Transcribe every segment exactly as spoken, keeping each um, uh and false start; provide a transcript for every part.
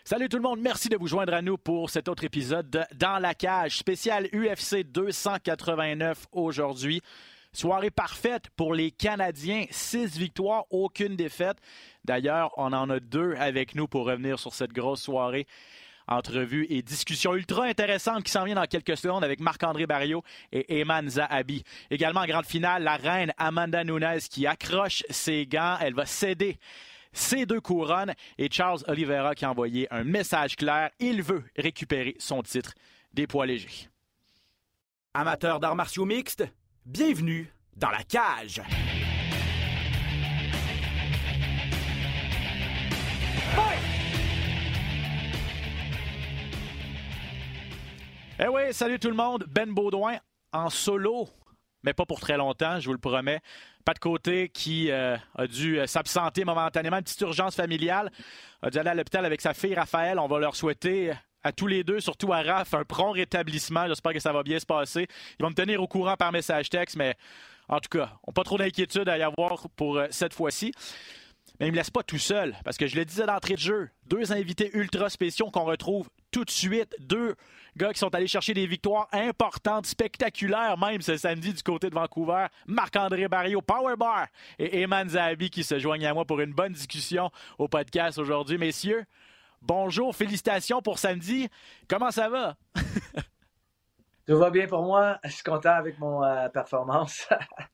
Salut tout le monde, merci de vous joindre à nous pour cet autre épisode de Dans la cage, spécial U F C deux cent quatre-vingt-neuf aujourd'hui. Soirée parfaite pour les Canadiens, six victoires, aucune défaite. D'ailleurs, on en a deux avec nous pour revenir sur cette grosse soirée. Entrevue et discussion ultra intéressante qui s'en vient dans quelques secondes avec Marc-André Barriault et Ayman Zahabi. Également en grande finale, la reine Amanda Nunes qui accroche ses gants. Elle va céder ses deux couronnes et Charles Oliveira qui a envoyé un message clair. Il veut récupérer son titre des poids légers. Amateurs d'arts martiaux mixtes, bienvenue dans la cage. Eh oui, salut tout le monde. Ben Baudouin en solo, mais pas pour très longtemps, je vous le promets. Pas de côté qui euh, a dû euh, s'absenter momentanément, une petite urgence familiale. A dû aller à l'hôpital avec sa fille Raphaël. On va leur souhaiter à tous les deux, surtout à Raph, un prompt rétablissement. J'espère que ça va bien se passer. Ils vont me tenir au courant par message texte, mais en tout cas, on n'a pas trop d'inquiétude à y avoir pour euh, cette fois-ci. Mais il ne me laisse pas tout seul, parce que je le disais d'entrée de jeu, deux invités ultra spéciaux qu'on retrouve tout de suite, deux gars qui sont allés chercher des victoires importantes, spectaculaires même ce samedi du côté de Vancouver. Marc-André Barriault, Powerbar, et Ayman Zahabi qui se joignent à moi pour une bonne discussion au podcast aujourd'hui. Messieurs, bonjour, félicitations pour samedi. Comment ça va? Tout va bien pour moi. Je suis content avec mon euh, performance.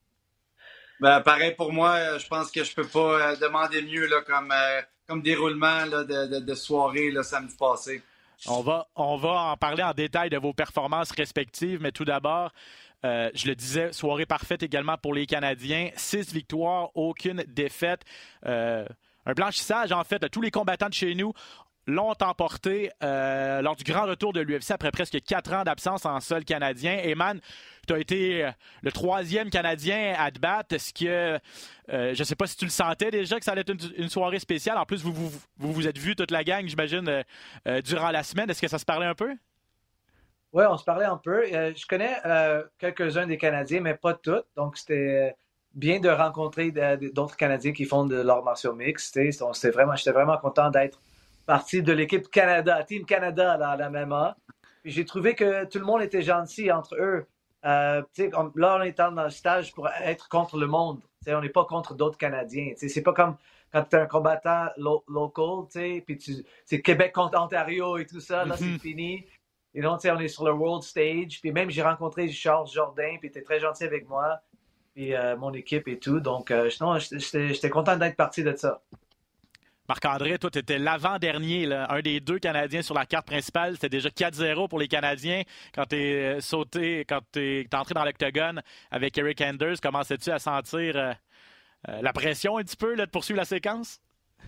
Ben, pareil pour moi, je pense que je peux pas euh, demander mieux là, comme, euh, comme déroulement là, de, de, de soirée là, samedi passé. On va, on va en parler en détail de vos performances respectives, mais tout d'abord, euh, je le disais, soirée parfaite également pour les Canadiens. Six victoires, aucune défaite. Euh, un blanchissage, en fait, de tous les combattants de chez nous l'ont emporté euh, lors du grand retour de l'U F C après presque quatre ans d'absence en sol canadien. Ayman, tu as été euh, le troisième Canadien à te battre. Est-ce que, euh, je ne sais pas si tu le sentais déjà que ça allait être une, une soirée spéciale. En plus, vous vous, vous, vous êtes vus toute la gang, j'imagine, euh, euh, durant la semaine. Est-ce que ça se parlait un peu? Oui, on se parlait un peu. Euh, je connais euh, quelques-uns des Canadiens, mais pas tous. Donc, c'était bien de rencontrer de, d'autres Canadiens qui font de l'art martiaux mixte. Donc, c'était vraiment, j'étais vraiment content d'être partie de l'équipe Canada, Team Canada dans la M M A. Puis j'ai trouvé que tout le monde était gentil entre eux. Euh, on, là, on est dans le stage pour être contre le monde. T'sais, on n'est pas contre d'autres Canadiens. T'sais, c'est pas comme quand tu es un combattant lo- local, puis tu, c'est Québec contre Ontario et tout ça. Là, mm-hmm. C'est fini. Et donc, on est sur le world stage. Puis même, j'ai rencontré Charles Jourdain, puis il était très gentil avec moi, puis euh, mon équipe et tout. Donc, euh, non, j'étais, j'étais content d'être partie de ça. Marc-André, toi, tu étais l'avant-dernier, là, un des deux Canadiens sur la carte principale. C'était déjà quatre zéro pour les Canadiens quand tu es sauté, quand tu es entré dans l'octogone avec Eric Anders. Commençais-tu à sentir euh, euh, la pression un petit peu là, de poursuivre la séquence?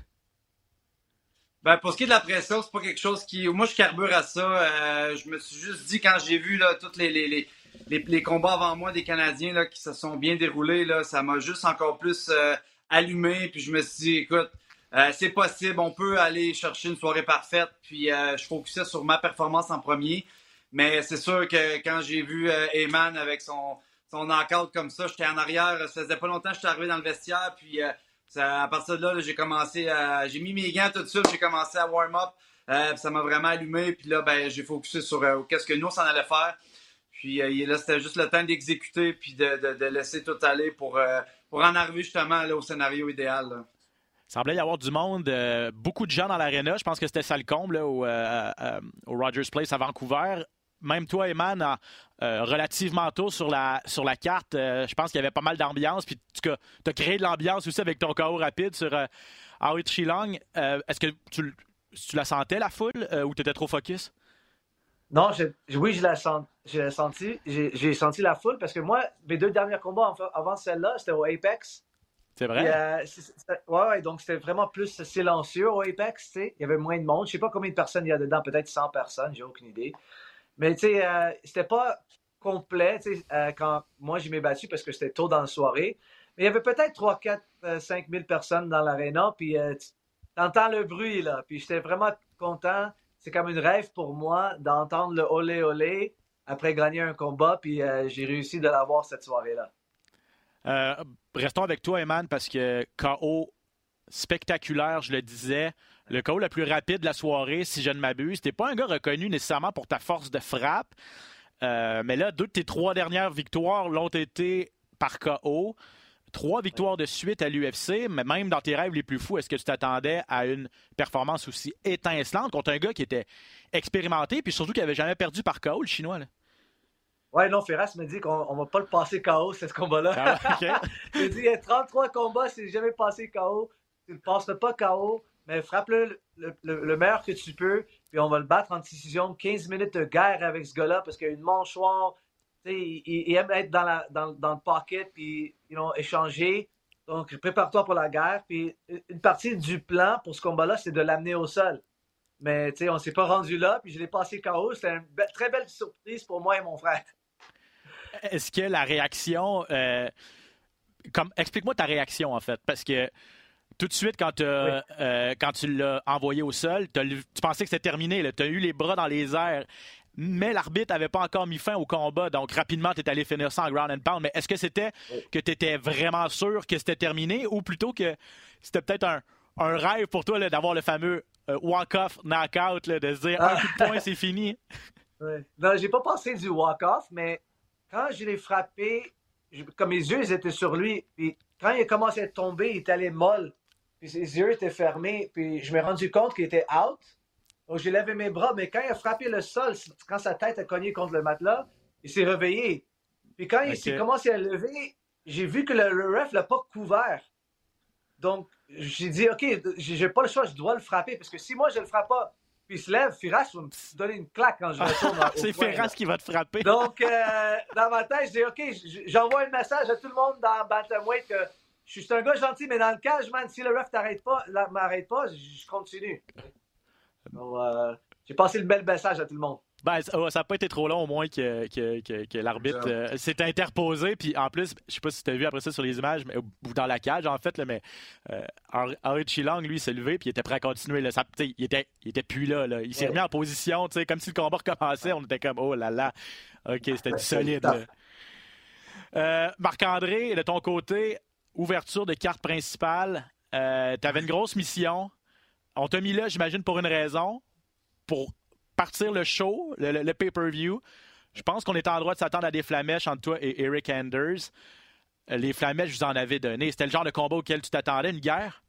Ben, pour ce qui est de la pression, c'est pas quelque chose qui... Moi, je carbure à ça. Euh, je me suis juste dit, quand j'ai vu là, tous les, les, les, les, les combats avant moi des Canadiens là, qui se sont bien déroulés, là, ça m'a juste encore plus euh, allumé. Puis je me suis dit, écoute, Euh, c'est possible, on peut aller chercher une soirée parfaite, puis euh, je focusais sur ma performance en premier, mais c'est sûr que quand j'ai vu euh, Ayman avec son, son knockout comme ça, j'étais en arrière, ça faisait pas longtemps que j'étais arrivé dans le vestiaire, puis euh, ça, à partir de là, là, j'ai commencé à, j'ai mis mes gants tout de suite, j'ai commencé à warm-up, euh, ça m'a vraiment allumé, puis là, ben, j'ai focusé sur euh, qu'est-ce que nous, on s'en allait faire, puis euh, là, c'était juste le temps d'exécuter, puis de, de, de laisser tout aller pour, euh, pour en arriver justement là, au scénario idéal, là. Il semblait y avoir du monde, euh, beaucoup de gens dans l'aréna. Je pense que c'était ça le comble là, au, euh, euh, au Rogers Place à Vancouver. Même toi, Ayman, euh, relativement tôt sur la, sur la carte, euh, je pense qu'il y avait pas mal d'ambiance. Puis tu as créé de l'ambiance aussi avec ton K O rapide sur euh, Aoi Trilong. Euh, Est-ce que tu, tu la sentais, la foule, euh, ou tu étais trop focus? Non, je, oui, je l'ai senti. J'ai senti, j'ai, j'ai senti la foule parce que moi, mes deux derniers combats avant celle-là, c'était au Apex. C'est vrai? Et, euh, c'est, c'est, ouais, ouais, donc c'était vraiment plus silencieux au Apex, tu sais. Il y avait moins de monde. Je sais pas combien de personnes il y a dedans, peut-être cent personnes, j'ai aucune idée. Mais tu sais, euh, c'était pas complet, tu sais, euh, quand moi je m'ai battu parce que c'était tôt dans la soirée. Mais il y avait peut-être trois, quatre, cinq mille personnes dans l'aréna, puis euh, tu entends le bruit, là. Puis j'étais vraiment content. C'est comme un rêve pour moi d'entendre le olé olé après gagner un combat, puis euh, j'ai réussi de l'avoir cette soirée-là. Euh, restons avec toi, Ayman, parce que K O spectaculaire, je le disais. Le K O le plus rapide de la soirée, si je ne m'abuse. T'es pas un gars reconnu nécessairement pour ta force de frappe. Euh, mais là, deux de tes trois dernières victoires l'ont été par K O. Trois victoires de suite à l'U F C, mais même dans tes rêves les plus fous, est-ce que tu t'attendais à une performance aussi étincelante contre un gars qui était expérimenté, puis surtout qui n'avait jamais perdu par K O, le Chinois? Là? Ouais, non, Ferras me dit qu'on ne va pas le passer K O, ce combat-là. Ah ouais, okay. Il a dit, il y a trente-trois combats, c'est jamais passé K O. Tu ne le passes pas K O, mais frappe-le le, le, le meilleur que tu peux, puis on va le battre en décision. quinze minutes de guerre avec ce gars-là, parce qu'il a une mâchoire. Il, il aime être dans, la, dans, dans le pocket, puis you know, échanger. Donc, prépare-toi pour la guerre. Puis, une partie du plan pour ce combat-là, c'est de l'amener au sol. Mais, tu sais, on ne s'est pas rendu là, puis je l'ai passé K O. C'était une be- très belle surprise pour moi et mon frère. Est-ce que la réaction... Euh, comme, explique-moi ta réaction, en fait, parce que tout de suite, quand, oui. euh, quand tu l'as envoyé au sol, tu pensais que c'était terminé. Tu as eu les bras dans les airs. Mais l'arbitre n'avait pas encore mis fin au combat, donc rapidement, tu es allé finir ça en ground and pound. Mais est-ce que c'était oui. que tu étais vraiment sûr que c'était terminé ou plutôt que c'était peut-être un, un rêve pour toi là, d'avoir le fameux euh, walk-off, knock-out, là, de se dire ah. un coup de poing, c'est fini? Oui. Non, j'ai pas pensé du walk-off, mais quand je l'ai frappé, je, comme mes yeux ils étaient sur lui, puis quand il a commencé à tomber, il est allé molle, puis ses yeux étaient fermés, puis je me suis rendu compte qu'il était out. Donc, j'ai levé mes bras, mais quand il a frappé le sol, quand sa tête a cogné contre le matelas, il s'est réveillé. Puis quand okay. il s'est commencé à lever, j'ai vu que le, le ref ne l'a pas couvert. Donc, j'ai dit, OK, j'ai pas le choix, je dois le frapper, parce que si moi, je le frappe pas, puis il se lève, Firas va me donner une claque quand je retourne. C'est Firas qui va te frapper. Donc, euh, dans ma tête, je dis, OK, j'envoie un message à tout le monde dans Bantamweight que je suis un gars gentil, mais dans le cage, man, si le ref t'arrête pas, m'arrête pas, je continue. Donc, euh, j'ai passé le bel message à tout le monde. Ben, ça n'a pas été trop long au moins que, que, que, que l'arbitre euh, s'est interposé. Puis en plus, je sais pas si tu as vu après ça sur les images, mais, ou dans la cage en fait, là, mais euh, Henry Chilang, lui, s'est levé puis il était prêt à continuer. Là, ça, il, était, il était plus là. là. Il s'est ouais. remis en position, comme si le combat recommençait. On était comme, oh là là, OK, c'était du solide. Euh, Marc-André, de ton côté, ouverture de carte principale. Euh, tu avais une grosse mission. On t'a mis là, j'imagine, pour une raison, pour partir le show, le, le, le pay-per-view. Je pense qu'on est en droit de s'attendre à des flamèches entre toi et Eric Anders. Les flamèches, je vous en avais donné. C'était le genre de combat auquel tu t'attendais, une guerre?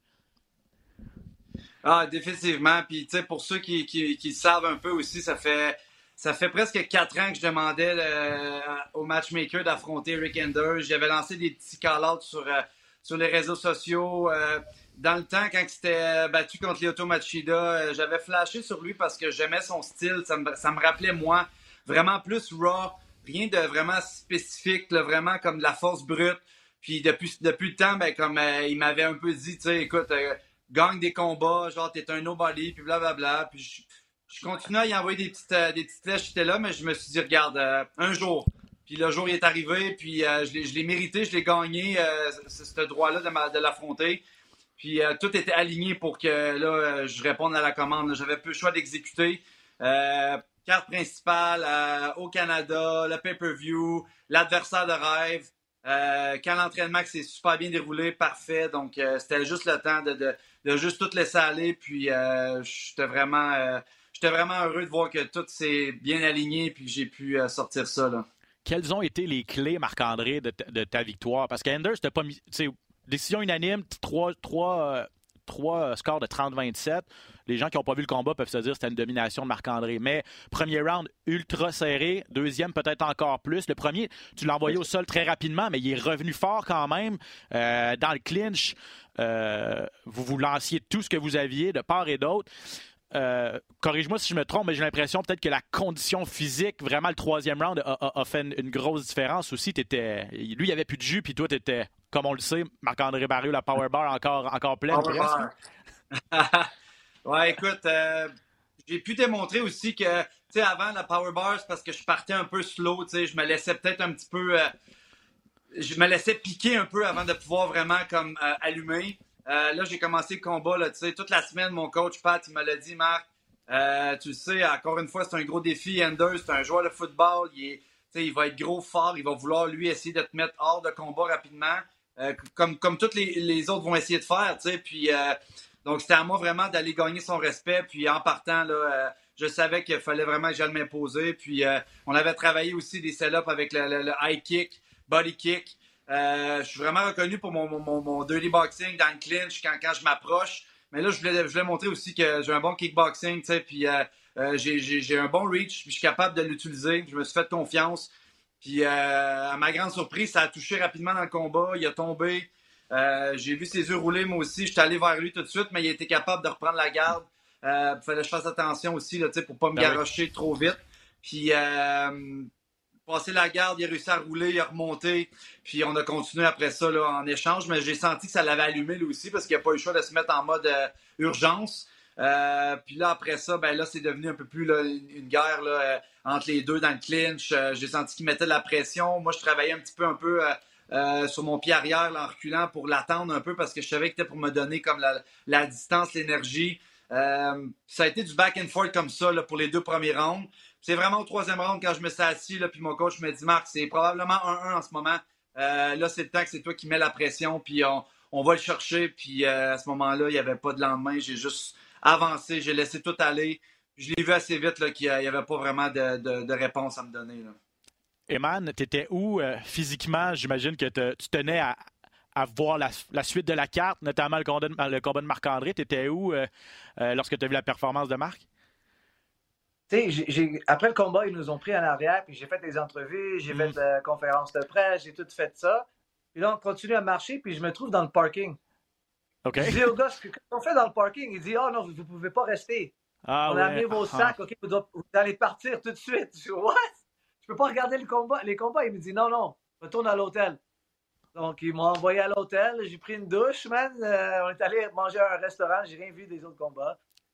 Ah, définitivement. Puis, tu sais, pour ceux qui, qui, qui savent un peu aussi, ça fait, ça fait presque quatre ans que je demandais le, au matchmaker d'affronter Eric Anders. J'avais lancé des petits call-outs sur, sur les réseaux sociaux. Euh, Dans le temps, quand il s'était battu contre Lyoto Machida, j'avais flashé sur lui parce que j'aimais son style. Ça me, ça me rappelait, moi, vraiment plus raw. Rien de vraiment spécifique, là, vraiment comme de la force brute. Puis depuis, depuis le temps, ben, comme euh, il m'avait un peu dit, tu sais, écoute, euh, gagne des combats, genre t'es un nobody, puis blablabla. Puis je, je continuais à y envoyer des petites, euh, des petites flèches, j'étais là, mais je me suis dit, regarde, euh, un jour. Puis le jour, il est arrivé, puis euh, je, l'ai, je l'ai mérité, je l'ai gagné, euh, ce droit-là de, ma, de l'affronter. Puis euh, tout était aligné pour que là, euh, je réponde à la commande. Là. J'avais peu le choix d'exécuter. Euh, carte principale euh, au Canada, le pay-per-view, l'adversaire de rêve. Euh, quand l'entraînement s'est super bien déroulé, parfait. Donc, euh, c'était juste le temps de, de, de juste tout laisser aller. Puis, euh, j'étais vraiment, euh, j'étais vraiment heureux de voir que tout s'est bien aligné puis que j'ai pu euh, sortir ça. Là. Quelles ont été les clés, Marc-André, de, t- de ta victoire? Parce qu'Anders t'a pas mis... Décision unanime, trois, trois, euh, trois scores de trente à vingt-sept. Les gens qui n'ont pas vu le combat peuvent se dire que c'était une domination de Marc-André. Mais premier round, ultra serré. Deuxième, peut-être encore plus. Le premier, tu l'as envoyé au sol très rapidement, mais il est revenu fort quand même. Euh, dans le clinch, euh, vous vous lanciez tout ce que vous aviez de part et d'autre. Euh, corrige-moi si je me trompe, mais j'ai l'impression peut-être que la condition physique, vraiment le troisième round, a, a, a fait une, une grosse différence aussi. T'étais, lui, il n'y avait plus de jus, puis toi, tu étais, comme on le sait, Marc-André Barriault, la power bar encore, encore pleine. Power bar. Ouais, écoute, euh, j'ai pu démontrer aussi que, tu sais, avant la power bar, c'est parce que je partais un peu slow, tu sais, je me laissais peut-être un petit peu, euh, je me laissais piquer un peu avant de pouvoir vraiment comme euh, allumer. Euh, là, j'ai commencé le combat, là, tu sais, toute la semaine, mon coach Pat, il me l'a dit, Marc, euh, tu le sais, encore une fois, c'est un gros défi. Anders, c'est un joueur de football, il, est, il va être gros, fort, il va vouloir, lui, essayer de te mettre hors de combat rapidement. euh, comme, comme tous les, les autres vont essayer de faire. Tu sais. Puis, euh, donc, c'était à moi vraiment d'aller gagner son respect. Puis, en partant, là, euh, je savais qu'il fallait vraiment que j'aille m'imposer. Puis, euh, on avait travaillé aussi des sell-ups avec le, le, le high kick, body kick. Euh, je suis vraiment reconnu pour mon, mon, mon dirty boxing dans le clinch quand, quand je m'approche. Mais là, je voulais, je voulais montrer aussi que j'ai un bon kickboxing, tu sais, puis euh, euh, j'ai, j'ai, j'ai un bon reach, puis je suis capable de l'utiliser. Je me suis fait confiance. Puis, euh, à ma grande surprise, ça a touché rapidement dans le combat. Il a tombé. Euh, j'ai vu ses yeux rouler, moi aussi. Je suis allé vers lui tout de suite, mais il a été capable de reprendre la garde. Euh, il fallait que je fasse attention aussi, là, tu sais, pour pas me Ben garrocher oui. trop vite. Puis, euh, passer la garde, il a réussi à rouler, il a remonté. Puis on a continué après ça là, en échange. Mais j'ai senti que ça l'avait allumé lui aussi parce qu'il n'a pas eu le choix de se mettre en mode euh, urgence. Euh, puis là, après ça, ben là, c'est devenu un peu plus là, une, une guerre là, euh, entre les deux dans le clinch. Euh, j'ai senti qu'il mettait de la pression. Moi, je travaillais un petit peu un peu euh, euh, sur mon pied arrière là, en reculant pour l'attendre un peu parce que je savais que c'était pour me donner comme la, la distance, l'énergie. Euh, ça a été du back and forth comme ça là, pour les deux premiers rounds. C'est vraiment au troisième round quand je me suis assis, là, puis mon coach me dit « Marc, c'est probablement un un en ce moment. Euh, là, c'est le temps que c'est toi qui mets la pression, puis on, on va le chercher. » Puis euh, à ce moment-là, il n'y avait pas de lendemain. J'ai juste avancé, j'ai laissé tout aller. Je l'ai vu assez vite là, qu'il n'y avait pas vraiment de, de, de réponse à me donner. Là. Eman, tu étais où euh, physiquement? J'imagine que te, tu tenais à, à voir la, la suite de la carte, notamment le combat de, le combat de Marc-André. Tu étais où euh, euh, lorsque tu as vu la performance de Marc? Tu sais, j'ai, j'ai, après le combat, ils nous ont pris en arrière, puis j'ai fait des entrevues, j'ai mm. fait euh, conférences de presse, j'ai tout fait ça. Puis là, on continue à marcher, puis je me trouve dans le parking. Okay. Je dis au gars, ce qu'on fait dans le parking, il dit « Oh non, vous ne pouvez pas rester. Ah, on ouais. a amené vos sacs, OK, vous, doit, vous allez partir tout de suite. » Je dis « What? Je peux pas regarder le combat, les combats. » Il me dit « Non, non, retourne à l'hôtel. » Donc, ils m'ont envoyé à l'hôtel, j'ai pris une douche, man. Euh, on est allé manger à un restaurant, j'ai rien vu des autres combats.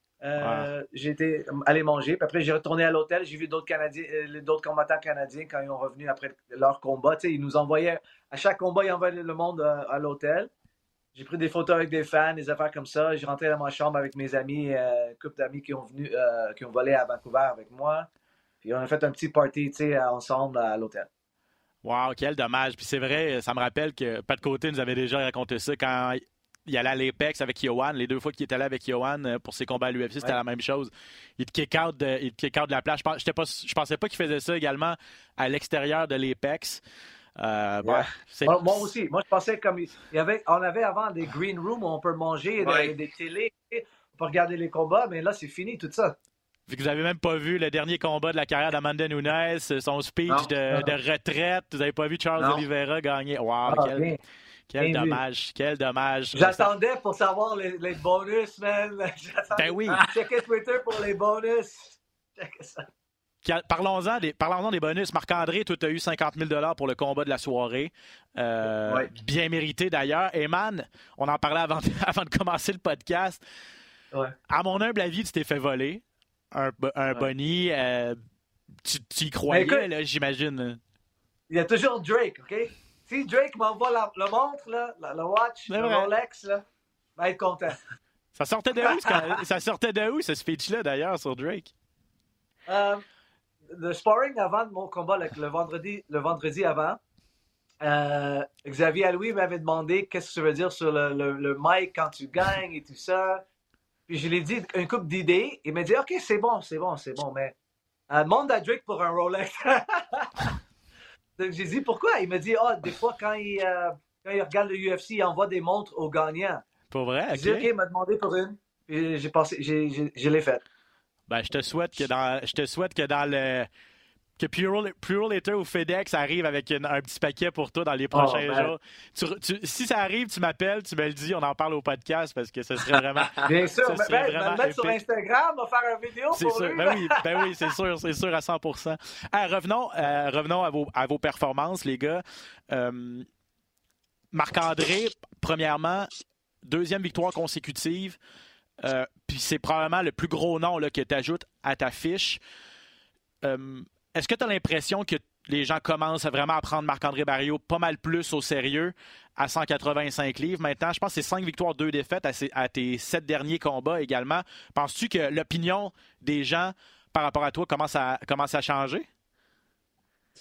Euh, wow. J'ai été allé manger, puis après j'ai retourné à l'hôtel, j'ai vu d'autres Canadiens, euh, d'autres combattants canadiens quand ils sont revenus après leur combat. Tu sais, ils nous envoyaient, à chaque combat, ils envoyaient le monde à, à l'hôtel. J'ai pris des photos avec des fans, des affaires comme ça. J'ai rentré dans ma chambre avec mes amis, euh, une couple d'amis qui ont venu, euh, qui ont volé à Vancouver avec moi. Puis on a fait un petit party, tu sais, ensemble à l'hôtel. Wow, quel dommage. Puis c'est vrai, ça me rappelle que Pat Côté nous avait déjà raconté ça quand il allait à l'Apex avec Yohan. Les deux fois qu'il était allé avec Yohan pour ses combats à l'U F C, c'était ouais. la même chose. Il te kick out de, il te kick out de la plage. Je, pas, je pensais pas qu'il faisait ça également à l'extérieur de l'Apex. Euh, yeah. bon, moi, moi aussi. Moi, je pensais comme il y avait, on avait avant des green rooms où on peut manger, ouais. des, des télés, on peut regarder les combats, mais là, c'est fini tout ça. Vu que vous n'avez même pas vu le dernier combat de la carrière d'Amanda Nunes, son speech non, de, non. de retraite, vous n'avez pas vu Charles non. Oliveira gagner. Wow, ah, quel, bien, quel bien dommage, vu. quel dommage. J'attendais pour savoir les, les bonus, man. Ben oui. Checker Twitter pour les bonus. Checker ça. Parlons-en des, parlons-en des bonus. Marc-André, toi, tu as eu cinquante mille dollars pour le combat de la soirée. Euh, ouais. Bien mérité, d'ailleurs. Eman, on en parlait avant, avant de commencer le podcast. Ouais. À mon humble avis, tu t'es fait voler un, un ouais. Bonnie. Euh, tu, tu y croyais, écoute, là, j'imagine. Il y a toujours Drake, OK? Si Drake m'envoie la, le montre, là, la, le watch, le Rolex, là, il va être content. Ça sortait de où, ce, ça sortait de où, ce speech-là, d'ailleurs, sur Drake? Euh, le sparring avant de mon combat, le, le, vendredi, le vendredi avant, euh, Xavier Aloui m'avait demandé qu'est-ce que tu veux dire sur le, le, le mic quand tu gagnes et tout ça. Puis je lui ai dit une couple d'idées. Il m'a dit, OK, c'est bon, c'est bon, c'est bon, mais euh, demande à Drake pour un Rolex. Donc j'ai dit, pourquoi? Il m'a dit, oh, des fois, quand il, euh, quand il regarde le U F C, il envoie des montres aux gagnants. Pour vrai? J'ai okay. dit, OK, il m'a demandé pour une. Puis j'ai passé, j'ai, j'ai, je l'ai faite. Ben, je te souhaite que dans, je te souhaite que dans le, que Pure Later ou FedEx arrive avec une, un petit paquet pour toi dans les prochains oh, ben. jours. Tu, tu, si ça arrive, tu m'appelles, tu me le dis, on en parle au podcast parce que ce serait vraiment. Bien sûr, ben, ben, vraiment me mettre sur Instagram, on va faire une vidéo pour sûr. lui. Ben oui, ben oui, c'est sûr, c'est sûr à cent pour cent. Ah, revenons, euh, revenons à vos, à vos performances, les gars. Euh, Marc-André, premièrement, deuxième victoire consécutive. Euh, puis c'est probablement le plus gros nom là, que tu ajoutes à ta fiche. Euh, est-ce que tu as l'impression que les gens commencent à vraiment à prendre Marc-André Barriault pas mal plus au sérieux à cent quatre-vingt-cinq livres? Maintenant, je pense que c'est cinq victoires, deux défaites à, ces, à tes sept derniers combats également. Penses-tu que l'opinion des gens par rapport à toi commence à, commence à changer?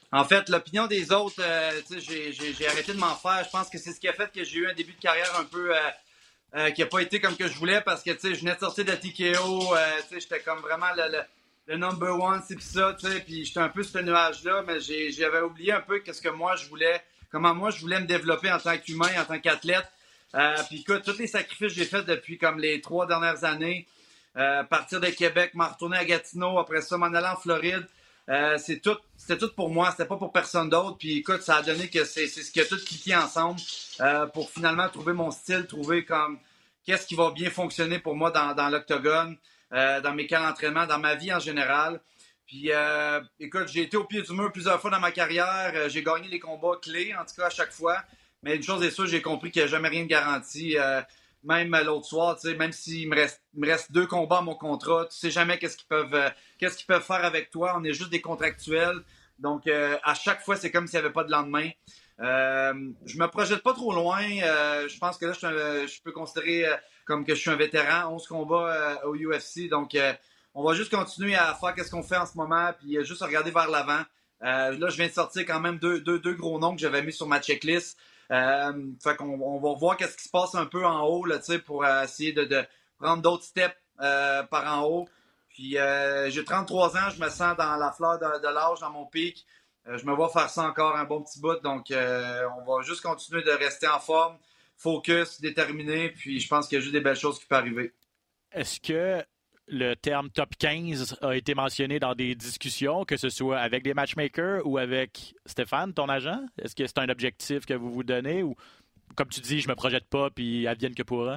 En fait, l'opinion des autres, euh, j'ai, j'ai, j'ai arrêté de m'en faire. Je pense que c'est ce qui a fait que j'ai eu un début de carrière un peu... Euh, Euh, qui n'a pas été comme que je voulais parce que, tu sais, je venais de sortir de T K O, euh, tu sais, j'étais comme vraiment le, le, le number one, c'est pis ça, tu sais, puis j'étais un peu sur ce nuage-là, mais j'ai, j'avais oublié un peu qu'est-ce que moi je voulais, comment moi je voulais me développer en tant qu'humain, en tant qu'athlète. Euh, puis écoute, tous les sacrifices que j'ai faits depuis comme les trois dernières années, euh, partir de Québec, m'en retourner à Gatineau, après ça, m'en aller en Floride, euh, c'est tout, c'était tout pour moi, c'était pas pour personne d'autre. Puis écoute, ça a donné que c'est, c'est ce qui a tout cliqué ensemble euh, pour finalement trouver mon style, trouver comme qu'est-ce qui va bien fonctionner pour moi dans, dans l'octogone, euh, dans mes camps d'entraînement, dans ma vie en général. Puis euh, écoute, j'ai été au pied du mur plusieurs fois dans ma carrière, euh, j'ai gagné les combats clés, en tout cas à chaque fois. Mais une chose est sûre, j'ai compris qu'il n'y a jamais rien de garanti. Euh, même l'autre soir, tu sais, même s'il me reste, il me reste deux combats à mon contrat, tu sais jamais qu'est-ce qu'ils peuvent, euh, qu'est-ce qu'ils peuvent faire avec toi. On est juste des contractuels. Donc, euh, à chaque fois, c'est comme s'il n'y avait pas de lendemain. Euh, je me projette pas trop loin. Euh, je pense que là, je, suis un, je peux considérer euh, comme que je suis un vétéran. onze combats euh, au U F C. Donc, euh, on va juste continuer à faire qu'est-ce qu'on fait en ce moment, puis euh, juste regarder vers l'avant. Euh, là, je viens de sortir quand même deux, deux, deux gros noms que j'avais mis sur ma checklist. Euh, fait qu'on on va voir qu'est-ce qui se passe un peu en haut là, pour euh, essayer de, de prendre d'autres steps euh, par en haut. Puis euh, j'ai trente-trois ans, je me sens dans la fleur de, de l'âge, dans mon pic. Euh, je me vois faire ça encore un bon petit bout. Donc euh, on va juste continuer de rester en forme, focus, déterminé. Puis je pense qu'il y a juste des belles choses qui peuvent arriver. Est-ce que le terme top quinze a été mentionné dans des discussions, que ce soit avec des matchmakers ou avec Stéphane, ton agent? Est-ce que c'est un objectif que vous vous donnez ou, comme tu dis, je me projette pas puis advienne que pourra?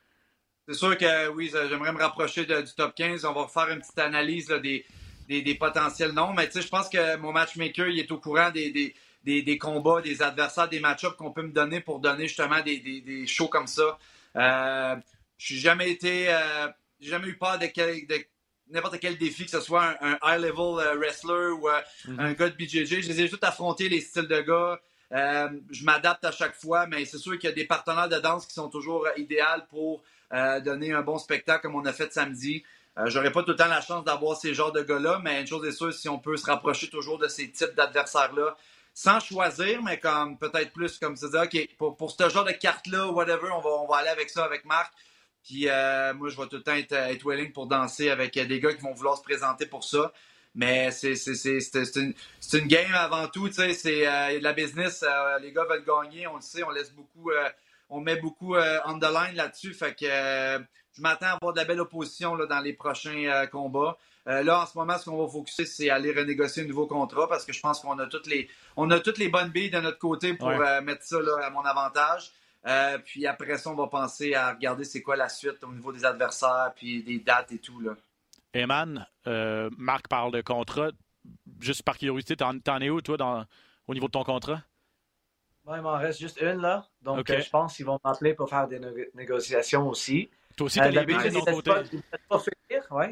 C'est sûr que oui, j'aimerais me rapprocher de, du top quinze. On va refaire une petite analyse là, des, des, des potentiels noms. Mais tu sais, je pense que mon matchmaker, il est au courant des, des, des, des combats, des adversaires, des match-ups qu'on peut me donner pour donner justement des, des, des shows comme ça. Euh, je n'ai jamais été... Euh, J'ai jamais eu peur de, quel, de n'importe quel défi, que ce soit un, un high-level uh, wrestler ou uh, mm-hmm. un gars de B J J. Je les ai tous affrontés, les styles de gars. Euh, je m'adapte à chaque fois, mais c'est sûr qu'il y a des partenaires de danse qui sont toujours uh, idéaux pour uh, donner un bon spectacle comme on a fait samedi. Euh, j'aurais pas tout le temps la chance d'avoir ces genres de gars-là, mais une chose est sûre, si on peut se rapprocher toujours de ces types d'adversaires-là, sans choisir, mais comme peut-être plus comme se dire, OK, pour, pour ce genre de carte-là, whatever, on va, on va aller avec ça avec Marc. Puis euh, moi, je vais tout le temps être, être willing pour danser avec des gars qui vont vouloir se présenter pour ça. Mais c'est, c'est, c'est, c'est, c'est, une, c'est une game avant tout. Tu sais, c'est euh, de la business. Euh, les gars veulent gagner. On le sait. On laisse beaucoup, euh, on met beaucoup euh, on the line là-dessus. Fait que euh, je m'attends à avoir de la belle opposition là, dans les prochains euh, combats. Euh, là, en ce moment, ce qu'on va focuser, c'est aller renégocier un nouveau contrat parce que je pense qu'on a toutes les, on a toutes les bonnes billes de notre côté pour ouais. euh, mettre ça là, à mon avantage. Euh, puis après ça, on va penser à regarder c'est quoi la suite au niveau des adversaires puis des dates et tout. Là. Eman, euh, Marc parle de contrat. Juste par curiosité, t'en, t'en es où, toi, dans, au niveau de ton contrat? Bon, il m'en reste juste une, là. Donc, okay. euh, je pense qu'ils vont m'appeler pour faire des né- négociations aussi. Toi aussi, t'as euh, les billes de ton côté. Pas, ils pas finir, ouais.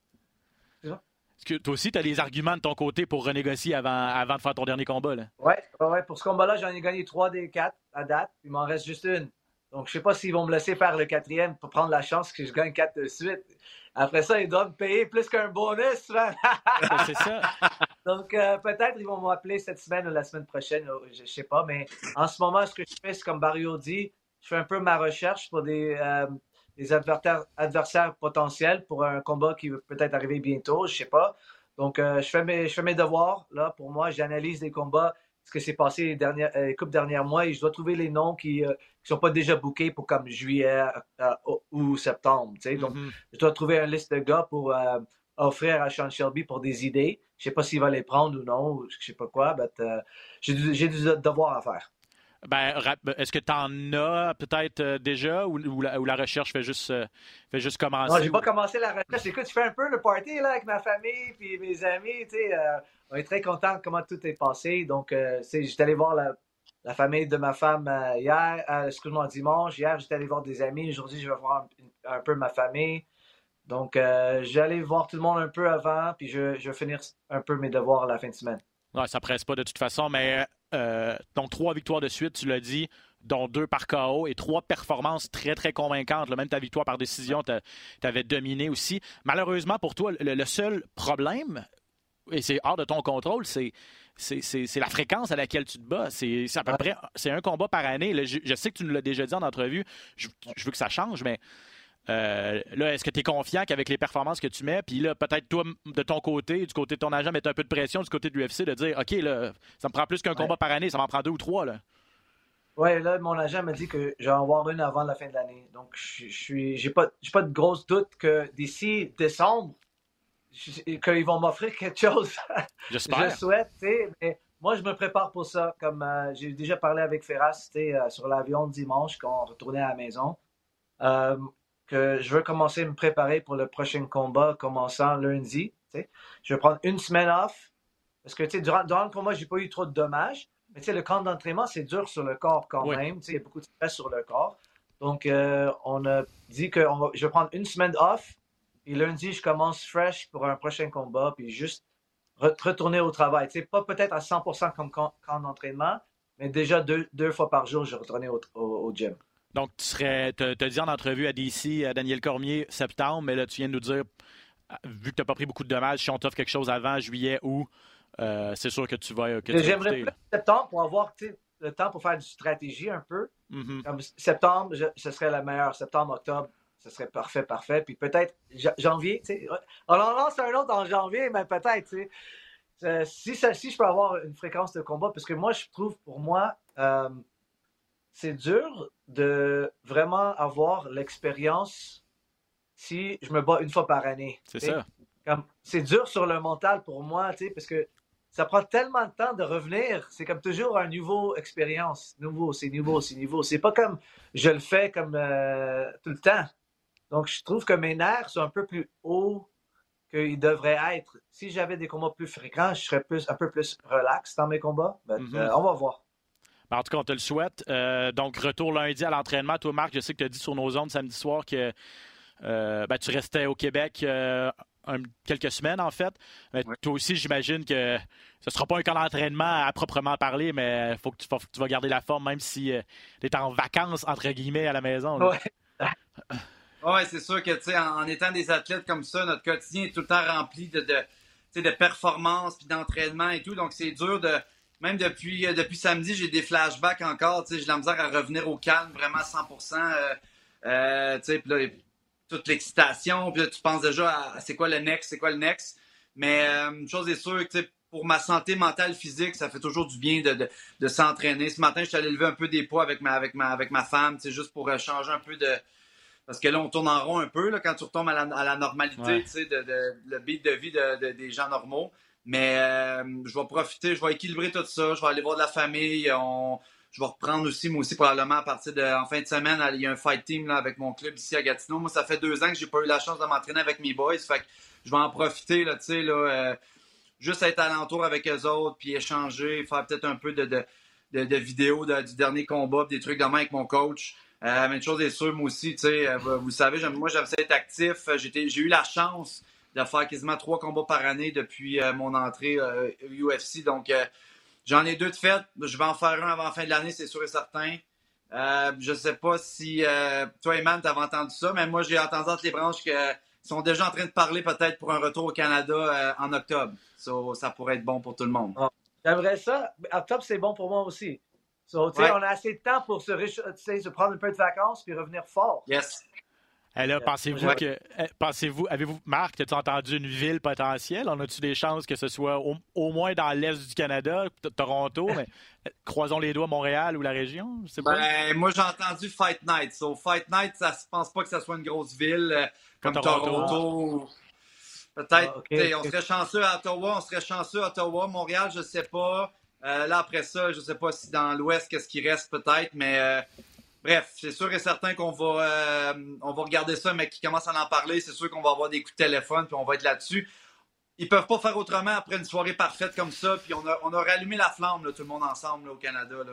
Que toi aussi, tu as les arguments de ton côté pour renégocier avant, avant de faire ton dernier combat. Là. Oui, ouais, pour ce combat-là, j'en ai gagné trois des quatre à date. Il m'en reste juste une. Donc, je ne sais pas s'ils vont me laisser faire le quatrième pour prendre la chance que je gagne quatre de suite. Après ça, ils doivent me payer plus qu'un bonus. C'est ça. Donc, euh, peut-être ils vont m'appeler cette semaine ou la semaine prochaine. Je ne sais pas. Mais en ce moment, ce que je fais, c'est comme Barrio dit, je fais un peu ma recherche pour des... Euh, des adversaires, adversaires potentiels pour un combat qui va peut-être arriver bientôt, je ne sais pas. Donc, euh, je, fais mes, je fais mes devoirs. Là, pour moi, j'analyse les combats, ce qui s'est passé les, dernières, les coupes derniers mois, et je dois trouver les noms qui ne euh, sont pas déjà bookés pour comme juillet euh, ou septembre. Tu sais. Donc, mm-hmm. je dois trouver une liste de gars pour euh, offrir à Sean Shelby pour des idées. Je ne sais pas s'il va les prendre ou non, ou je ne sais pas quoi, mais euh, j'ai, j'ai du devoir à faire. Ben, est-ce que tu en as peut-être euh, déjà ou, ou, la, ou la recherche fait juste, euh, fait juste commencer? Non, j'ai ou... pas commencé la recherche. Écoute, je fais un peu le party là, avec ma famille et mes amis. Tu sais, euh, on est très contents de comment tout est passé. Donc, euh, j'étais allé voir la, la famille de ma femme euh, hier, euh, excuse-moi, dimanche. Hier, j'étais allé voir des amis. Aujourd'hui, je vais voir un, un peu ma famille. Donc, euh, j'allais voir tout le monde un peu avant, puis je, je vais finir un peu mes devoirs à la fin de semaine. Ouais, ça presse pas de toute façon, mais euh, donc trois victoires de suite, tu l'as dit, dont deux par K O et trois performances très, très convaincantes. Là, même ta victoire par décision, tu avais dominé aussi. Malheureusement pour toi, le, le seul problème et c'est hors de ton contrôle, c'est, c'est, c'est, c'est la fréquence à laquelle tu te bats. C'est, c'est à peu près c'est un combat par année. Là, je, je sais que tu nous l'as déjà dit en entrevue. Je, je veux que ça change, mais euh, là, est-ce que tu es confiant qu'avec les performances que tu mets, puis là, peut-être toi, de ton côté, du côté de ton agent, mettre un peu de pression du côté de l'U F C, de dire, OK, là, ça me prend plus qu'un ouais. combat par année, ça m'en prend deux ou trois, là. Oui, là, mon agent m'a dit que je vais en avoir une avant la fin de l'année. Donc, je suis, j'ai pas, j'ai pas de grosse doute que d'ici décembre, qu'ils vont m'offrir quelque chose. J'espère. Je souhaite, tu sais, mais moi, je me prépare pour ça. Comme euh, j'ai déjà parlé avec Ferras, tu sais, euh, sur l'avion dimanche, quand on retournait à la maison, euh, que je veux commencer à me préparer pour le prochain combat, commençant lundi, tu sais. Je vais prendre une semaine off, parce que, tu sais, durant, durant le combat, j'ai pas eu trop de dommages. Mais tu sais, le camp d'entraînement, c'est dur sur le corps quand oui. même. Tu sais, il y a beaucoup de stress sur le corps. Donc, euh, on a dit que on va, je vais prendre une semaine off. Et lundi, je commence fresh pour un prochain combat. Puis juste re- retourner au travail. Tu sais, pas peut-être à cent pour cent comme camp, camp d'entraînement, mais déjà deux, deux fois par jour, je retournais au, au, au gym. Donc, tu serais, tu as dit en entrevue à D C, à Daniel Cormier, septembre, mais là, tu viens de nous dire, vu que tu n'as pas pris beaucoup de dommages, si on t'offre quelque chose avant, juillet, août, Euh, c'est sûr que tu vas. Que tu J'aimerais vas écouter, plus septembre pour avoir le temps pour faire du stratégie un peu. Mm-hmm. Comme septembre, je, ce serait la meilleure. Septembre, octobre, ce serait parfait, parfait. Puis peut-être janvier, tu sais. On en lance un autre en janvier, mais peut-être, tu sais. Euh, si, ça, si je peux avoir une fréquence de combat, parce que moi, je trouve, pour moi, euh, c'est dur de vraiment avoir l'expérience si je me bats une fois par année. C'est t'sais. ça. Comme, c'est dur sur le mental pour moi, tu sais, parce que ça prend tellement de temps de revenir. C'est comme toujours un nouveau expérience. Nouveau, c'est nouveau, c'est nouveau. C'est pas comme je le fais comme euh, tout le temps. Donc, je trouve que mes nerfs sont un peu plus hauts qu'ils devraient être. Si j'avais des combats plus fréquents, je serais plus, un peu plus relax dans mes combats. But, mm-hmm. euh, on va voir. En tout cas, on te le souhaite. Euh, donc, retour lundi à l'entraînement. Toi, Marc, je sais que tu as dit sur nos ondes samedi soir que euh, ben, tu restais au Québec euh, un, quelques semaines, en fait. Mais ouais. Toi aussi, j'imagine que ce ne sera pas un camp d'entraînement à proprement parler, mais il faut que tu, faut que tu vas garder la forme, même si euh, tu es en vacances, entre guillemets, à la maison. Oui, ouais, c'est sûr que, tu sais, en, en étant des athlètes comme ça, notre quotidien est tout le temps rempli de, de, de performances puis d'entraînement et tout. Donc, c'est dur de... Même depuis, euh, depuis samedi, j'ai des flashbacks encore. J'ai de la misère à revenir au calme, vraiment à cent pour cent. Euh, euh, puis là, toute l'excitation. Puis là, tu penses déjà à, à c'est quoi le next, c'est quoi le next. Mais euh, une chose est sûre, que pour ma santé mentale, physique, ça fait toujours du bien de, de, de s'entraîner. Ce matin, je suis allé lever un peu des poids avec ma, avec ma, avec ma femme, juste pour euh, changer un peu de... Parce que là, on tourne en rond un peu là, quand tu retombes à la, à la normalité, ouais. Tu sais, de, de, le beat de vie de, de, des gens normaux. Mais euh, je vais profiter, je vais équilibrer tout ça, je vais aller voir de la famille, on, je vais reprendre aussi, moi aussi, probablement à partir de en fin de semaine, il y a un fight team là, avec mon club ici à Gatineau. Moi, ça fait deux ans que j'ai pas eu la chance de m'entraîner avec mes boys, fait que je vais en profiter, là, tu sais, là, euh, juste être alentour avec eux autres, puis échanger, faire peut-être un peu de, de, de, de vidéos de, du dernier combat, des trucs de main avec mon coach. Euh, mais une chose est sûre, moi aussi, tu sais, vous, vous savez, j'aime, moi, j'aime ça être actif. J'étais, j'ai eu la chance de faire quasiment trois combats par année depuis euh, mon entrée euh, au U F C. Donc, euh, j'en ai deux de fait. Je vais en faire un avant la fin de l'année, c'est sûr et certain. Euh, je sais pas si euh, toi, Eman, t'avais entendu ça, mais moi, j'ai entendu entre les branches qu'ils sont déjà en train de parler peut-être pour un retour au Canada euh, en octobre. So, ça pourrait être bon pour tout le monde. Oh, j'aimerais ça. Octobre, c'est bon pour moi aussi. So, ouais. On a assez de temps pour se, se prendre un peu de vacances puis revenir fort. Yes. Et là, pensez-vous ouais. que. Pensez-vous, avez-vous, Marc, as-tu entendu une ville potentielle? En as-tu des chances que ce soit au, au moins dans l'est du Canada, Toronto, mais croisons les doigts, Montréal ou la région? Je sais pas. Ben, moi, j'ai entendu Fight Night. So, Fight Night, ça se pense pas que ça soit une grosse ville euh, comme Toronto. Toronto. Peut-être, ah, okay. On serait chanceux à Ottawa, on serait chanceux à Ottawa. Montréal, je sais pas. Euh, là, après ça, je sais pas si dans l'ouest, qu'est-ce qui reste peut-être, mais. Euh, Bref, c'est sûr et certain qu'on va, euh, on va regarder ça, mais qui commence à en parler, c'est sûr qu'on va avoir des coups de téléphone, puis on va être là-dessus. Ils peuvent pas faire autrement après une soirée parfaite comme ça, puis on a, on a rallumé la flamme, là, tout le monde ensemble là, au Canada. Là.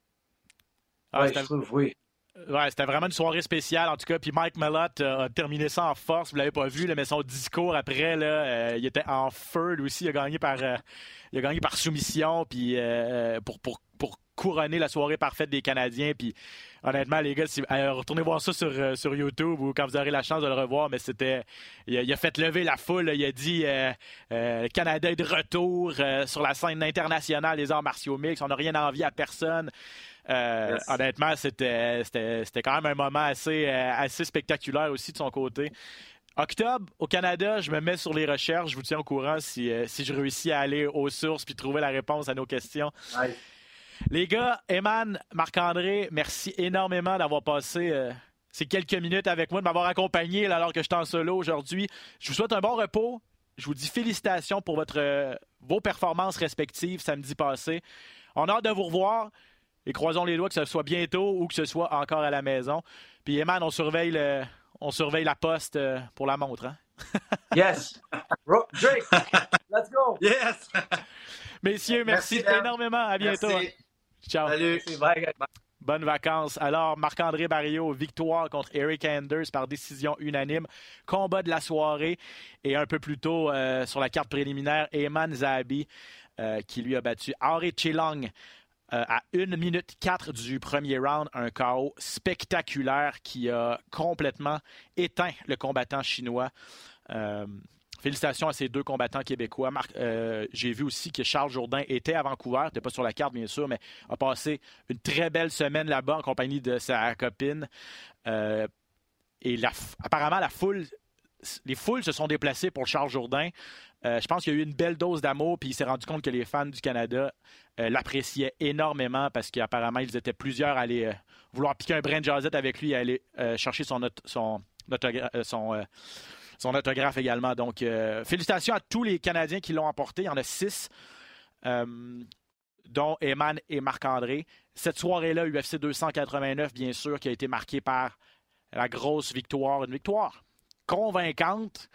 Ah, ouais, je trouve, oui. Ouais, c'était vraiment une soirée spéciale, en tout cas. Puis Mike Malott euh, a terminé ça en force. Vous l'avez pas vu, là, mais son discours après, là, euh, il était en feu, lui aussi. Il a gagné par, euh, il a gagné par soumission, puis euh, pour, pour, pour couronné la soirée parfaite des Canadiens. Puis honnêtement, les gars, si, euh, retournez voir ça sur, euh, sur YouTube ou quand vous aurez la chance de le revoir. Mais c'était, il a, il a fait lever la foule. Là, il a dit euh, euh, le Canada est de retour euh, sur la scène internationale des arts martiaux mixtes. On n'a rien envie à personne. Euh, yes. Honnêtement, c'était, c'était, c'était quand même un moment assez, euh, assez spectaculaire aussi de son côté. Octobre, au Canada, je me mets sur les recherches. Je vous tiens au courant si, euh, si je réussis à aller aux sources puis trouver la réponse à nos questions. Ouais. Les gars, Eman, Marc-André, merci énormément d'avoir passé euh, ces quelques minutes avec moi, de m'avoir accompagné là, alors que je suis en solo aujourd'hui. Je vous souhaite un bon repos. Je vous dis félicitations pour votre, euh, vos performances respectives samedi passé. On a hâte de vous revoir. Et croisons les doigts que ce soit bientôt ou que ce soit encore à la maison. Puis, Eman, on surveille, le, on surveille la poste euh, pour la montre. Hein? Yes! Drake, let's go! Yes! Messieurs, merci, merci énormément. À bientôt. Merci. Ciao. Salut. Bye. Bonnes vacances. Alors, Marc-André Barriault, victoire contre Eric Anders par décision unanime. Combat de la soirée. Et un peu plus tôt, euh, sur la carte préliminaire, Eman Zahabi, euh, qui lui a battu Henry Chilong. Euh, à une minute quatre du premier round, un K O spectaculaire qui a complètement éteint le combattant chinois. Euh, félicitations à ces deux combattants québécois. Marc, euh, j'ai vu aussi que Charles Jourdain était à Vancouver, n'était pas sur la carte bien sûr, mais a passé une très belle semaine là-bas en compagnie de sa copine. Euh, et la, apparemment, la foule, les foules se sont déplacées pour Charles Jourdain. Euh, je pense qu'il y a eu une belle dose d'amour, puis il s'est rendu compte que les fans du Canada euh, l'appréciaient énormément parce qu'apparemment, ils étaient plusieurs à aller euh, vouloir piquer un brin de jasette avec lui et aller euh, chercher son, auto- son, autogra- euh, son, euh, son autographe également. Donc, euh, félicitations à tous les Canadiens qui l'ont emporté. Il y en a six, euh, dont Eman et Marc-André. Cette soirée-là, U F C deux cent quatre-vingt-neuf, bien sûr, qui a été marquée par la grosse victoire. Une victoire convaincante.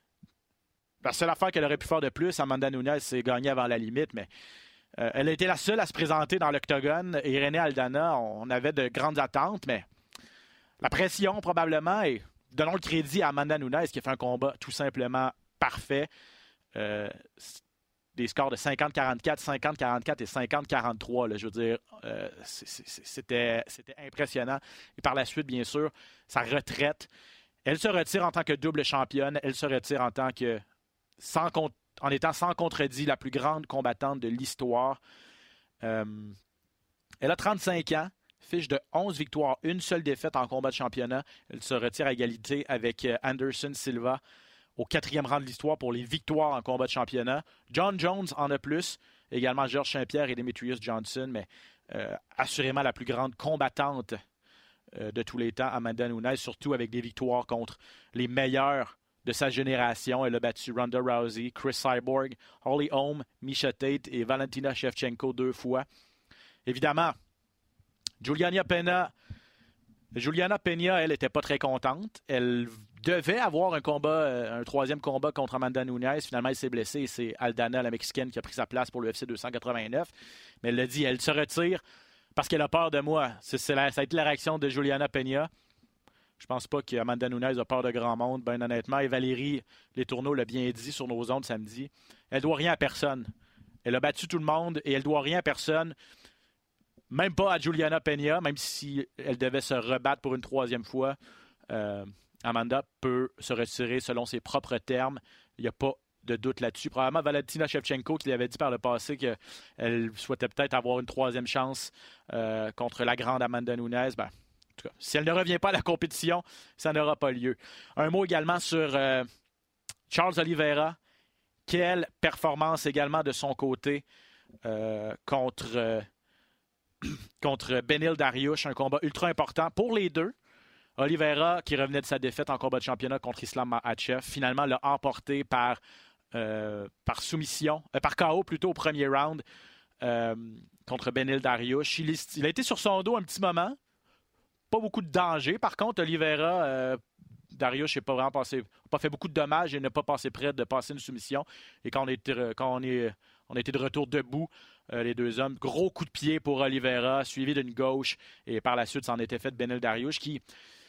La seule affaire qu'elle aurait pu faire de plus, Amanda Nunes s'est gagnée avant la limite, mais euh, elle a été la seule à se présenter dans l'octogone. Et René Aldana, on avait de grandes attentes, mais la pression probablement, et donnons le crédit à Amanda Nunes qui a fait un combat tout simplement parfait. Euh, des scores de cinquante quarante-quatre, cinquante quarante-quatre et cinquante quarante-trois. Là, je veux dire, euh, c'est, c'est, c'était, c'était impressionnant. Et par la suite, bien sûr, sa retraite. Elle se retire en tant que double championne. Elle se retire en tant que Sans, en étant sans contredit la plus grande combattante de l'histoire. Euh, elle a trente-cinq ans, fiche de onze victoires, une seule défaite en combat de championnat. Elle se retire à égalité avec Anderson Silva au quatrième rang de l'histoire pour les victoires en combat de championnat. John Jones en a plus, également Georges Saint-Pierre et Demetrius Johnson, mais euh, assurément la plus grande combattante euh, de tous les temps, Amanda Nunes, surtout avec des victoires contre les meilleurs de sa génération. Elle a battu Ronda Rousey, Chris Cyborg, Holly Holm, Miesha Tate et Valentina Shevchenko deux fois. Évidemment, Juliana Pena, Juliana Pena, elle, n'était pas très contente. Elle devait avoir un combat, un troisième combat contre Amanda Nunes. Finalement, elle s'est blessée et c'est Aldana, la Mexicaine, qui a pris sa place pour l'U F C deux cent quatre-vingt-neuf. Mais elle l'a dit, elle se retire parce qu'elle a peur de moi. C'est, c'est la, ça a été la réaction de Juliana Pena. Je pense pas qu'Amanda Nunes a peur de grand monde, bien honnêtement. Et Valérie Letourneau l'a bien dit sur nos ondes samedi. Elle doit rien à personne. Elle a battu tout le monde et elle doit rien à personne. Même pas à Juliana Pena, même si elle devait se rebattre pour une troisième fois. Euh, Amanda peut se retirer selon ses propres termes. Il n'y a pas de doute là-dessus. Probablement Valentina Shevchenko qui lui avait dit par le passé qu'elle souhaitait peut-être avoir une troisième chance euh, contre la grande Amanda Nunes. Ben, en tout cas, si elle ne revient pas à la compétition, ça n'aura pas lieu. Un mot également sur euh, Charles Oliveira. Quelle performance également de son côté euh, contre, euh, contre Benil Dariush. Un combat ultra important pour les deux. Oliveira, qui revenait de sa défaite en combat de championnat contre Islam Makhachev, finalement l'a emporté par, euh, par soumission, euh, par K O plutôt au premier round euh, contre Benil Dariush. Il, est, il a été sur son dos un petit moment. Pas beaucoup de danger. Par contre, Oliveira, euh, Dariush n'a pas vraiment passé, pas fait beaucoup de dommages et n'a pas passé près de passer une soumission. Et quand on, était, quand on, est, on a été de retour debout, euh, les deux hommes, gros coup de pied pour Oliveira, suivi d'une gauche. Et par la suite, ça en était fait de Benil Dariush qui,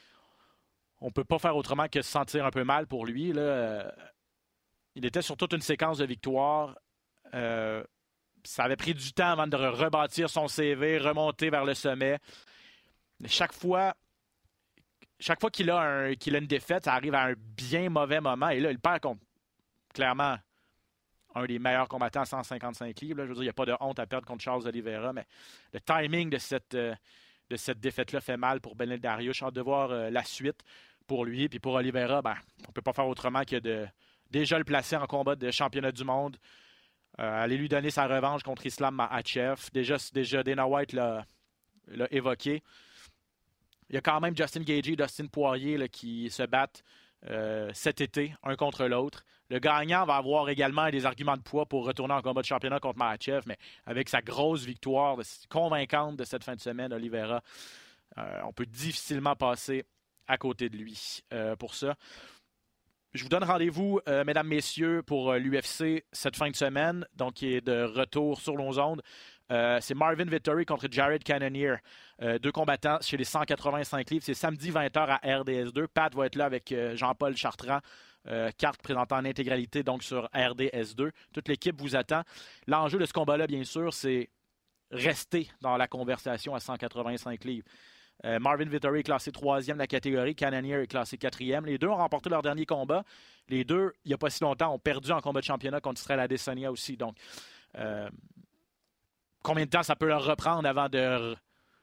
on ne peut pas faire autrement que se sentir un peu mal pour lui. Là. Il était sur toute une séquence de victoires. Euh, ça avait pris du temps avant de rebâtir son C V, remonter vers le sommet. Chaque fois, chaque fois qu'il a, un, qu'il a une défaite, ça arrive à un bien mauvais moment. Et là, il perd contre, clairement, un des meilleurs combattants à cent cinquante-cinq livres. Là. Je veux dire, il n'y a pas de honte à perdre contre Charles Oliveira, mais le timing de cette, euh, de cette défaite-là fait mal pour Beneil Dariush. J'ai hâte de voir euh, la suite pour lui. Puis pour Oliveira, ben, on ne peut pas faire autrement que de déjà le placer en combat de championnat du monde. Euh, aller lui donner sa revanche contre Islam Makhachev. Déjà, déjà Dana White l'a, l'a évoqué. Il y a quand même Justin Gaethje et Dustin Poirier là, qui se battent euh, cet été, un contre l'autre. Le gagnant va avoir également des arguments de poids pour retourner en combat de championnat contre Makhachev, mais avec sa grosse victoire de, convaincante de cette fin de semaine, Oliveira, euh, on peut difficilement passer à côté de lui euh, pour ça. Je vous donne rendez-vous, euh, mesdames, messieurs, pour euh, l'U F C cette fin de semaine, donc qui est de retour sur nos ondes. Euh, c'est Marvin Vettori contre Jared Cannonier, euh, deux combattants chez les cent quatre-vingt-cinq livres. C'est samedi vingt heures à R D S deux. Pat va être là avec euh, Jean-Paul Chartrand, euh, carte présentée en intégralité donc sur R D S deux. Toute l'équipe vous attend. L'enjeu de ce combat-là, bien sûr, c'est rester dans la conversation à cent quatre-vingt-cinq livres. Euh, Marvin Vettori est classé troisième de la catégorie. Cannonier est classé quatrième. Les deux ont remporté leur dernier combat. Les deux, il n'y a pas si longtemps, ont perdu en combat de championnat contre Israel Adesanya aussi. Donc, euh, combien de temps ça peut leur reprendre avant de,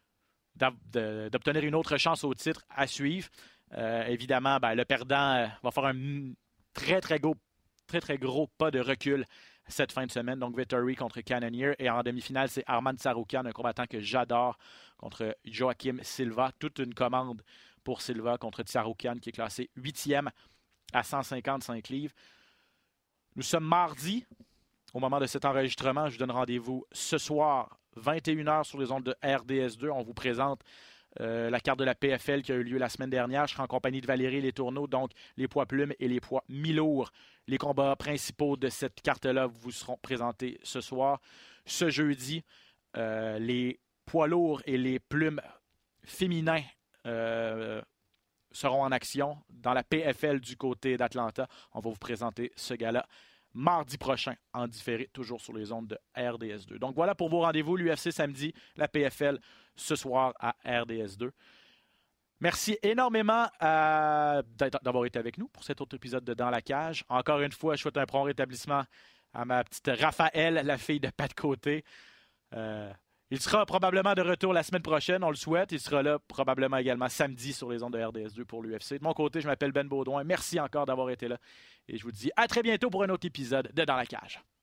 de, d'obtenir une autre chance au titre à suivre? Euh, évidemment, ben, le perdant euh, va faire un très, très gros, très, très gros pas de recul cette fin de semaine. Donc, Vettori contre Cannonier. Et en demi-finale, c'est Arman Tsarukyan, un combattant que j'adore, contre Joaquim Silva. Toute une commande pour Silva contre Tsarukyan, qui est classé huitième à cent cinquante-cinq livres. Nous sommes mardi. Au moment de cet enregistrement, je vous donne rendez-vous ce soir, vingt et une heures sur les ondes de R D S deux. On vous présente euh, la carte de la P F L qui a eu lieu la semaine dernière. Je serai en compagnie de Valérie Letourneau, donc les poids plumes et les poids mi-lourds. Les combats principaux de cette carte-là vous seront présentés ce soir. Ce jeudi, euh, les poids lourds et les plumes féminins euh, seront en action dans la P F L du côté d'Atlanta. On va vous présenter ce gala mardi prochain, en différé, toujours sur les ondes de R D S deux. Donc voilà pour vos rendez-vous, l'U F C samedi, la P F L ce soir à R D S deux. Merci énormément euh, d'avoir été avec nous pour cet autre épisode de Dans la cage. Encore une fois, je souhaite un prompt rétablissement à ma petite Raphaël, la fille de Pat Côté. Euh, il sera probablement de retour la semaine prochaine, on le souhaite. Il sera là probablement également samedi sur les ondes de R D S deux pour l'U F C. De mon côté, je m'appelle Ben Baudouin. Merci encore d'avoir été là. Et je vous dis à très bientôt pour un autre épisode de Dans la cage.